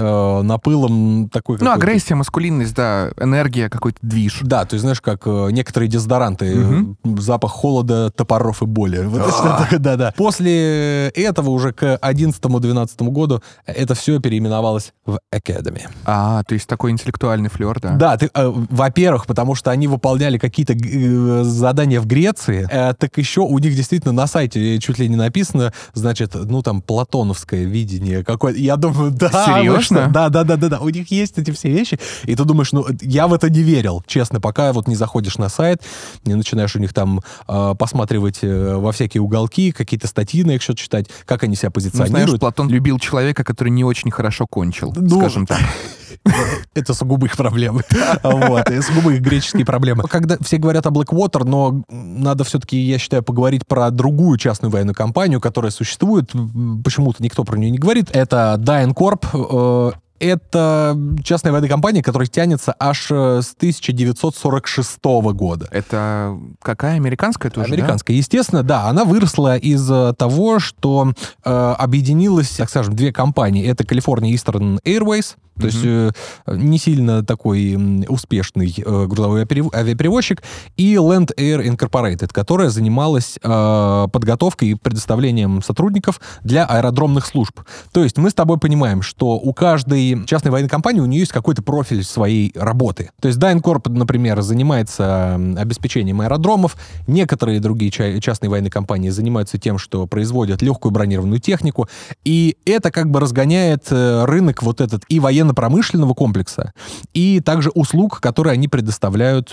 напылом такой... Агрессия, маскулинность, да, энергия, какой-то движ. Да, то есть, знаешь, как некоторые дезодоранты, запах холода, топоров и боли. Да-да. После этого уже к 11-12 году это все переименовалось в Academy. То есть такой интеллектуальный флер, да? Да, во-первых, потому что они выполняли какие-то задания в Греции, так еще у них действительно на сайте чуть ли не написано, значит, там, платоновское видение какое-то. Я думаю, да. Серьезно? Да. У них есть эти все вещи. И ты думаешь, я в это не верил, честно, пока вот не заходишь на сайт, не начинаешь у них там посматривать во всякие уголки, какие-то статьи на их счет читать, как они себя позиционируют. Знаешь, Платон любил человека, который не очень хорошо кончил, скажем так. Это сугубо их проблемы. Сугубо их греческие проблемы. Когда все говорят о Blackwater, но надо все-таки, я считаю, поговорить про другую частную военную компанию, которая существует. Почему-то никто про нее не говорит. Это DynCorp. Это частная военная компания, которая тянется аж с 1946 года. Это какая? Американская тоже, Американская, естественно, да. Она выросла из того, что объединилось, так скажем, две компании. Это California Eastern Airways, то есть не сильно такой успешный грузовой авиаперевозчик, и Land Air Incorporated, которая занималась подготовкой и предоставлением сотрудников для аэродромных служб. То есть мы с тобой понимаем, что у каждой частной военной компании у нее есть какой-то профиль своей работы. То есть DynCorp, например, занимается обеспечением аэродромов, некоторые другие частные военные компании занимаются тем, что производят легкую бронированную технику, и это как бы разгоняет рынок вот этот и военно-промышленного комплекса, и также услуг, которые они предоставляют,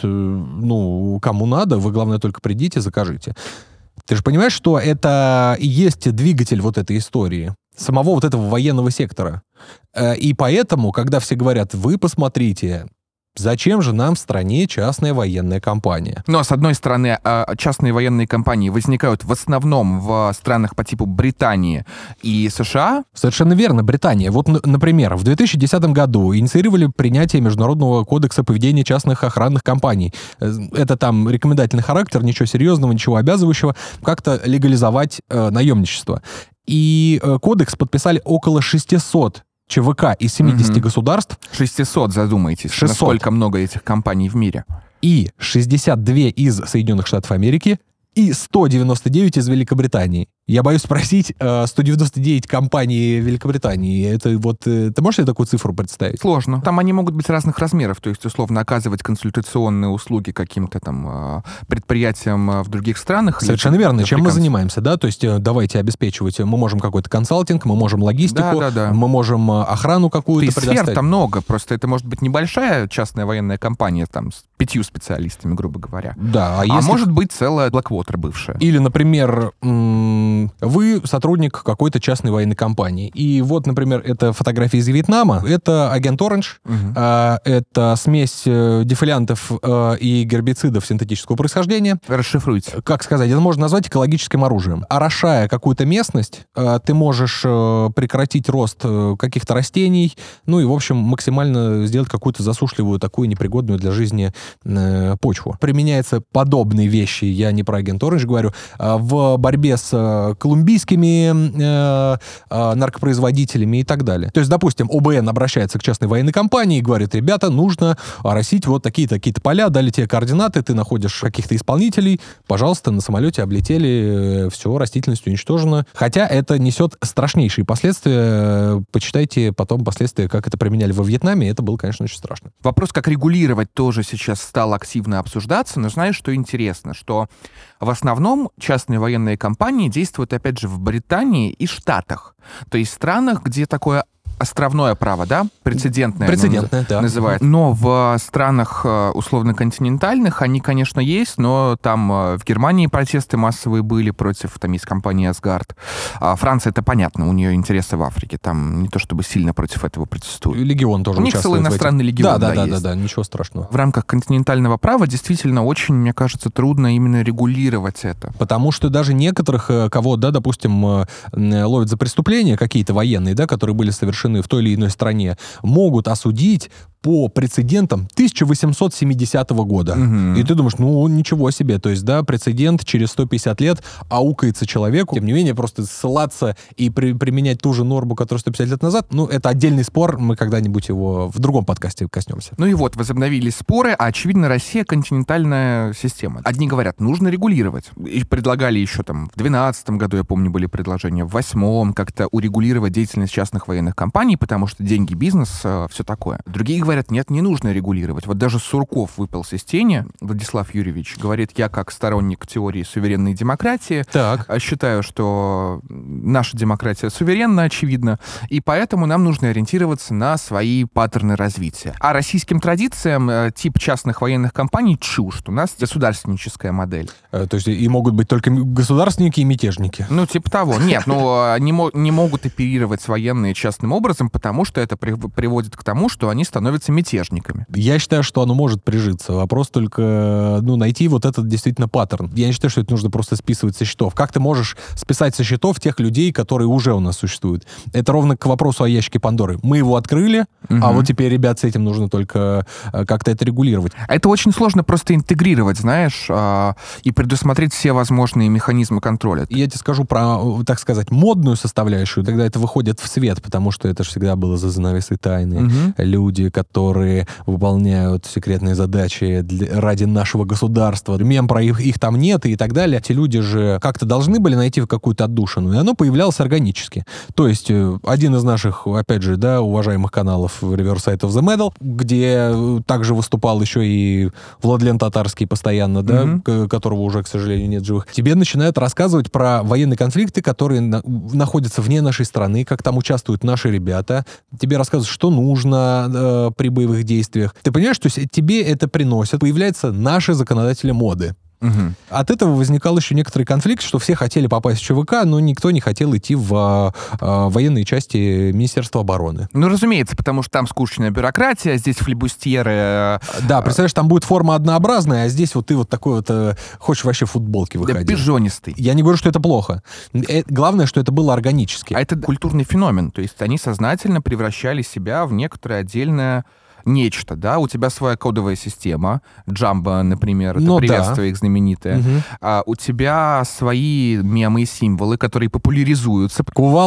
кому надо, вы, главное, только придите, закажите. Ты же понимаешь, что это и есть двигатель вот этой истории, самого вот этого военного сектора. И поэтому, когда все говорят, вы посмотрите, зачем же нам в стране частная военная компания? Но, с одной стороны, частные военные компании возникают в основном в странах по типу Британии и США. Совершенно верно, Британия. Вот, например, в 2010 году инициировали принятие Международного кодекса поведения частных охранных компаний. Это там рекомендательный характер, ничего серьезного, ничего обязывающего, как-то легализовать наемничество. И кодекс подписали около 600 ЧВК из 70 государств. 600, задумайтесь, 600. Насколько много этих компаний в мире. И 62 из Соединенных Штатов Америки, и 199 из Великобритании. Я боюсь спросить, 199 компаний Великобритании, это вот... Ты можешь себе такую цифру представить? Сложно. Там они могут быть разных размеров, то есть, условно, оказывать консультационные услуги каким-то там предприятиям в других странах. Совершенно верно. Чем мы занимаемся, да? То есть давайте обеспечивать. Мы можем какой-то консалтинг, мы можем логистику, мы можем охрану какую-то предоставить. Сфер там много, просто это может быть небольшая частная военная компания там с 5 специалистами, грубо говоря. Да. А может быть целая Blackwater бывшая. Или, например, вы сотрудник какой-то частной военной компании. И вот, например, это фотография из Вьетнама. Это агент Оранж. Это смесь дефолиантов и гербицидов синтетического происхождения. Расшифруйте. Как сказать, это можно назвать экологическим оружием. Орошая какую-то местность, ты можешь прекратить рост каких-то растений, и, в общем, максимально сделать какую-то засушливую, такую непригодную для жизни почву. Применяются подобные вещи, я не про агент Оранж говорю, в борьбе с колумбийскими наркопроизводителями и так далее. То есть, допустим, ОБН обращается к частной военной компании и говорит, ребята, нужно оросить вот такие-то поля, дали тебе координаты, ты находишь каких-то исполнителей, пожалуйста, на самолете облетели, все, растительность уничтожена. Хотя это несет страшнейшие последствия. Почитайте потом последствия, как это применяли во Вьетнаме, это было, конечно, очень страшно. Вопрос, как регулировать, тоже сейчас стал активно обсуждаться, но знаешь, что интересно, что в основном частные военные компании действуют, опять же, в Британии и Штатах. То есть в странах, где такое островное право, да? Прецедентное, да. Называют. Но в странах условно-континентальных они, конечно, есть, но там в Германии протесты массовые были против, там есть компания Asgard. Франция, это понятно, у нее интересы в Африке, там не то чтобы сильно против этого протестуют. Легион тоже у них целый иностранный легион, да, ничего страшного. В рамках континентального права действительно очень, мне кажется, трудно именно регулировать это. Потому что даже некоторых, кого, да, допустим, ловят за преступления какие-то военные, да, которые были совершены совершены в той или иной стране, могут осудить по прецедентам 1870 года. И ты думаешь, ну, ничего себе. То есть, да, прецедент через 150 лет аукается человеку. Тем не менее, просто ссылаться и применять ту же норму, которая 150 лет назад, ну, это отдельный спор, мы когда-нибудь его в другом подкасте коснемся. Ну и вот, возобновились споры, а, очевидно, Россия континентальная система. Одни говорят, нужно регулировать. И предлагали еще там в 2012 году, я помню, были предложения, в 2008 как-то урегулировать деятельность частных военных компаний, потому что деньги, бизнес, все такое. Другие говорят, нет, не нужно регулировать. Вот даже Сурков выпал из тени, Владислав Юрьевич, говорит, я как сторонник теории суверенной демократии считаю, что наша демократия суверенна, очевидно, и поэтому нам нужно ориентироваться на свои паттерны развития. А российским традициям тип частных военных компаний чужд. У нас государственническая модель. То есть и могут быть только государственники и мятежники? Ну, типа того. Нет, не могут оперировать военные частным образом, потому что это приводит к тому, что они становятся мятежниками. Я считаю, что оно может прижиться. Вопрос только, найти вот этот действительно паттерн. Я не считаю, что это нужно просто списывать со счетов. Как ты можешь списать со счетов тех людей, которые уже у нас существуют? Это ровно к вопросу о ящике Пандоры. Мы его открыли, а вот теперь, ребят, с этим нужно только как-то это регулировать. Это очень сложно просто интегрировать, знаешь, и предусмотреть все возможные механизмы контроля. Я тебе скажу про, так сказать, модную составляющую, тогда это выходит в свет, потому что это же всегда было за занавесой тайны. Люди, которые выполняют секретные задачи ради нашего государства. Мем про их там нет и так далее. Эти люди же как-то должны были найти какую-то отдушину, и оно появлялось органически. То есть один из наших, опять же, да, уважаемых каналов Riverside of the Medal, где также выступал еще и Владлен Татарский постоянно, да, которого уже, к сожалению, нет живых, тебе начинают рассказывать про военные конфликты, которые находятся вне нашей страны, как там участвуют наши ребята. Тебе рассказывают, что нужно при боевых действиях. Ты понимаешь, что тебе это приносят, появляются наши законодатели моды. От этого возникал еще некоторый конфликт, что все хотели попасть в ЧВК, но никто не хотел идти в военные части Министерства обороны. Ну, разумеется, потому что там скучная бюрократия, здесь флибустьеры... Да, представляешь, там будет форма однообразная, а здесь вот ты вот такой вот хочешь вообще в футболке выходить. Да, пижонистый. Я не говорю, что это плохо. Главное, что это было органически. А это культурный феномен, то есть они сознательно превращали себя в некоторое отдельное нечто, да, у тебя своя кодовая система, Джамбо, например, это приветствие их знаменитое, а у тебя свои мемы и символы, которые популяризуются.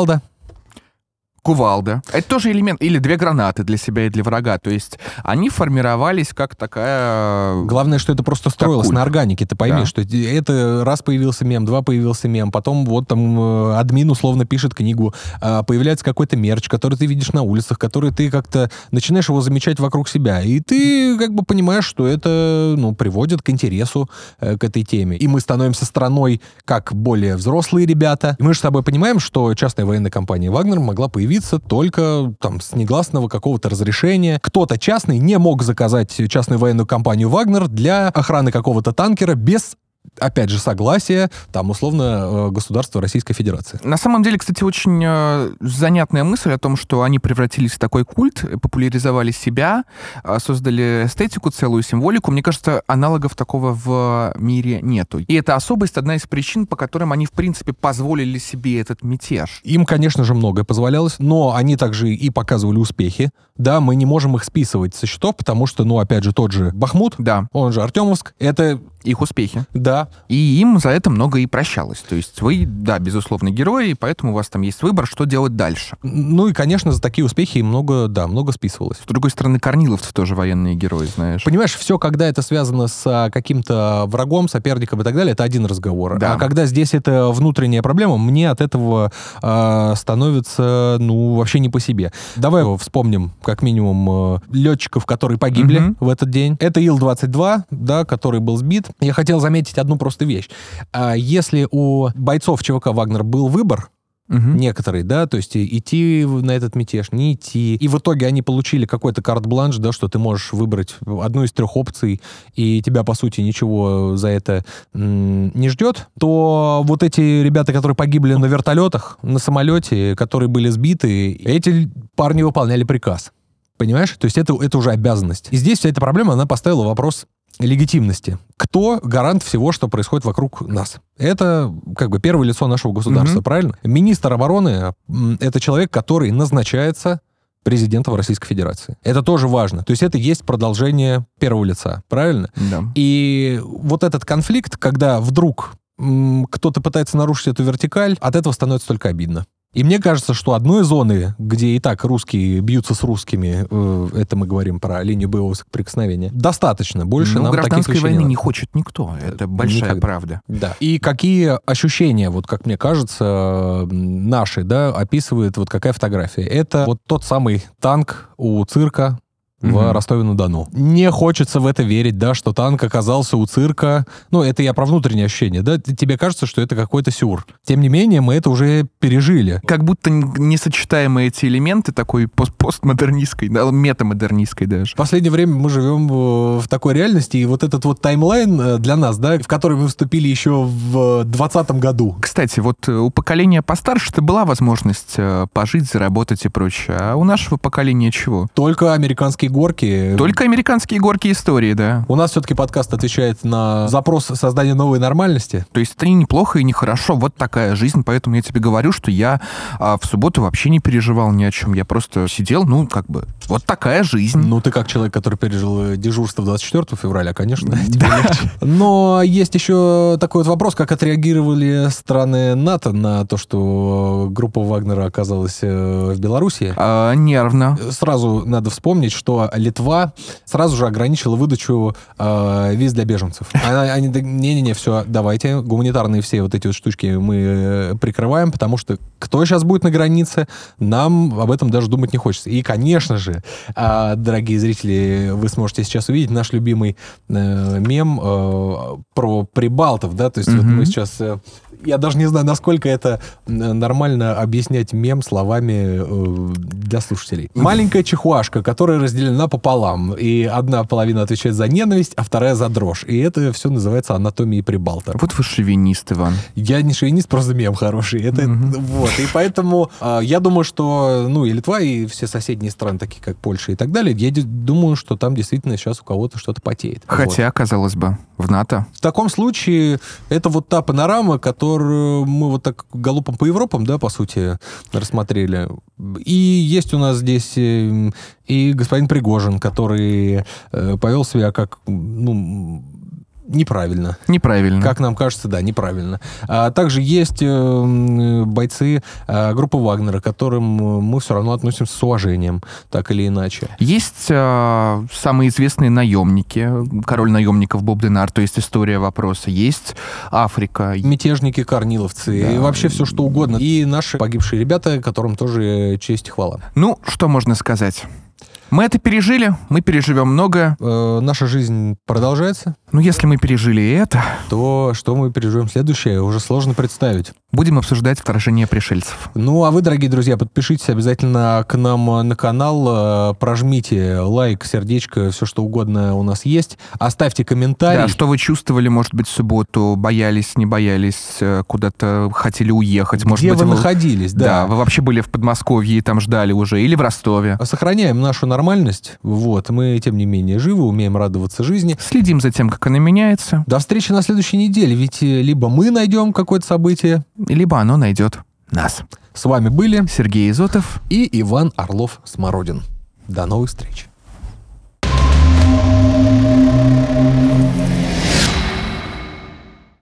Кувалда. Это тоже элемент. Или 2 гранаты для себя и для врага. То есть они формировались как такая... Главное, что это просто строилось на органике. Ты пойми, что это раз появился мем, 2 появился мем, потом вот там админ условно пишет книгу, появляется какой-то мерч, который ты видишь на улицах, который ты как-то начинаешь его замечать вокруг себя. И ты как бы понимаешь, что это, приводит к интересу к этой теме. И мы становимся страной как более взрослые ребята. И мы же с тобой понимаем, что частная военная компания «Вагнер» могла появиться только там с негласного какого-то разрешения. Кто-то частный не мог заказать частную военную компанию «Вагнер» для охраны какого-то танкера без, опять же, согласия, там, условно, государства Российской Федерации. На самом деле, кстати, очень занятная мысль о том, что они превратились в такой культ, популяризовали себя, создали эстетику, целую символику. Мне кажется, аналогов такого в мире нету. И это особость, одна из причин, по которым они, в принципе, позволили себе этот мятеж. Им, конечно же, многое позволялось, но они также и показывали успехи. Да, мы не можем их списывать со счетов, потому что, опять же, тот же Бахмут, он же Артемовск, это их успехи. Да. И им за это много и прощалось. То есть вы, безусловно, герои, и поэтому у вас там есть выбор, что делать дальше. И, конечно, за такие успехи много списывалось. С другой стороны, корниловцы тоже военные герои, знаешь. Понимаешь, все, когда это связано с каким-то врагом, соперником и так далее, это один разговор. Да. А когда здесь это внутренняя проблема, мне от этого становится, вообще не по себе. Давай вспомним, как минимум, летчиков, которые погибли в этот день. Это Ил-22, да, который был сбит. Я хотел заметить одну простую вещь. Если у бойцов ЧВК «Вагнер» был выбор, некоторые, да, то есть идти на этот мятеж, не идти, и в итоге они получили какой-то карт-бланш, да, что ты можешь выбрать одну из 3 опций, и тебя, по сути, ничего за это не ждет, то вот эти ребята, которые погибли на вертолетах, на самолете, которые были сбиты, эти парни выполняли приказ. Понимаешь? То есть это уже обязанность. И здесь вся эта проблема, она поставила вопрос легитимности. Кто гарант всего, что происходит вокруг нас? Это как бы первое лицо нашего государства, правильно? Министр обороны — это человек, который назначается президентом Российской Федерации. Это тоже важно. То есть это есть продолжение первого лица, правильно? Да. И вот этот конфликт, когда вдруг кто-то пытается нарушить эту вертикаль, от этого становится только обидно. И мне кажется, что одной зоны, где и так русские бьются с русскими, это мы говорим про линию боевого соприкосновения, достаточно. Больше нам таких гражданской вещей войны не не хочет никто. Это большая Никогда. правда. Да. И какие ощущения, вот как мне кажется, наши, да, описывает вот какая фотография. Это вот тот самый танк у цирка в Ростове-на-Дону. Не хочется в это верить, да, что танк оказался у цирка. Ну, это я про внутренние ощущения, да. Тебе кажется, что это какой-то сюр. Тем не менее, мы это уже пережили. Как будто несочетаемые эти элементы такой постмодернистской, да, метамодернистской даже. В последнее время мы живем в такой реальности, и вот этот вот таймлайн для нас, да, в который мы вступили еще в 2020 году. Кстати, вот у поколения постарше-то была возможность пожить, заработать и прочее. А у нашего поколения чего? Только американские горки. Только американские горки истории, да. У нас все-таки подкаст отвечает на запрос создания новой нормальности. То есть это и неплохо, и нехорошо. Вот такая жизнь. Поэтому я тебе говорю, что я в субботу вообще не переживал ни о чем. Я просто сидел, ну, как бы, вот такая жизнь. Ну, ты как человек, который пережил дежурство 24 февраля, конечно, тебе легче. Но есть еще такой вот вопрос, как отреагировали страны НАТО на то, что группа Вагнера оказалась в Беларуси. Нервно. Сразу надо вспомнить, что Литва сразу же ограничила выдачу виз для беженцев. Они не-не-не, все, давайте, гуманитарные все вот эти вот штучки мы прикрываем, потому что кто сейчас будет на границе, нам об этом даже думать не хочется. И, конечно же, дорогие зрители, вы сможете сейчас увидеть наш любимый мем про прибалтов, да, то есть вот мы сейчас... Я даже не знаю, насколько это нормально объяснять мем словами для слушателей. Маленькая чихуашка, которая разделена пополам. И одна половина отвечает за ненависть, а вторая за дрожь. И это все называется анатомией прибалта. Вот вы шовинист, Иван. Я не шовинист, просто мем хороший. Это, вот. И поэтому я думаю, что ну, и Литва, и все соседние страны, такие как Польша и так далее, я думаю, что там действительно сейчас у кого-то что-то потеет. Хотя, вот. Казалось бы, в НАТО. В таком случае это вот та панорама, которую мы вот так галопом по Европам, да, по сути, рассмотрели. И есть у нас здесь и господин Пригожин, который повел себя как, ну, неправильно. Неправильно. Как нам кажется, да, неправильно. А также есть бойцы группы Вагнера, к которым мы все равно относимся с уважением, так или иначе. Есть самые известные наемники. Король наемников Боб Денар, то есть история вопроса. Есть Африка. Мятежники, корниловцы, Да. и вообще все, что угодно. И наши погибшие ребята, которым тоже честь и хвала. Ну, что можно сказать? Мы это пережили, мы переживем многое. Наша жизнь продолжается. Но если мы пережили и это, То, что мы переживем следующее, уже сложно представить. будем обсуждать вторжение пришельцев. Ну, а вы, дорогие друзья, подпишитесь обязательно к нам на канал, прожмите лайк, сердечко, все что угодно у нас есть. Оставьте комментарий. Да, что вы чувствовали, может быть, в субботу? Боялись, не боялись? Куда-то хотели уехать? Может Где быть, вы находились, да. Да, вы вообще были в Подмосковье и там ждали уже, или в Ростове. Сохраняем нашу нормальность. Вот. Мы, тем не менее, живы, умеем радоваться жизни. Следим за тем, как она меняется, До встречи на следующей неделе, ведь либо мы найдем какое-то событие. либо оно найдет нас. С вами были Сергей Изотов. и Иван Орлов-Смородин. До новых встреч.